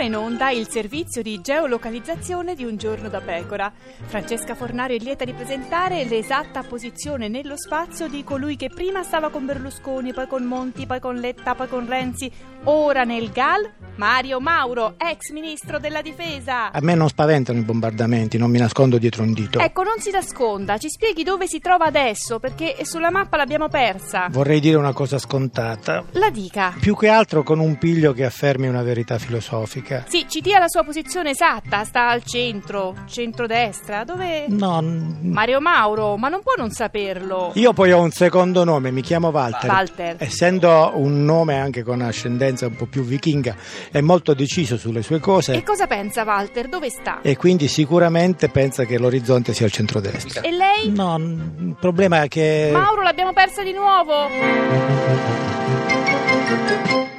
ora in onda il servizio di geolocalizzazione di Un giorno da pecora. Francesca Fornario è lieta di presentare l'esatta posizione nello spazio di colui che prima stava con Berlusconi, poi con Monti, poi con Letta, poi con Renzi, ora nel GAL, Mario Mauro, ex ministro della difesa. A me non spaventano i bombardamenti, non mi nascondo dietro un dito. Ecco, non si nasconda, ci spieghi dove si trova adesso, perché sulla mappa l'abbiamo persa. Vorrei dire una cosa scontata. La dica. Più che altro con un piglio che affermi una verità filosofica. Sì, ci dia la sua posizione esatta, sta al centro, centrodestra, dove... No. Mario Mauro, ma non può non saperlo. Io poi ho un secondo nome, mi chiamo Walter. Walter. Essendo un nome anche con ascendenza un po' più vichinga, è molto deciso sulle sue cose. E cosa pensa Walter? Dove sta? E quindi sicuramente pensa che l'orizzonte sia al centrodestra. E lei? No, il problema è che... Mauro, l'abbiamo persa di nuovo.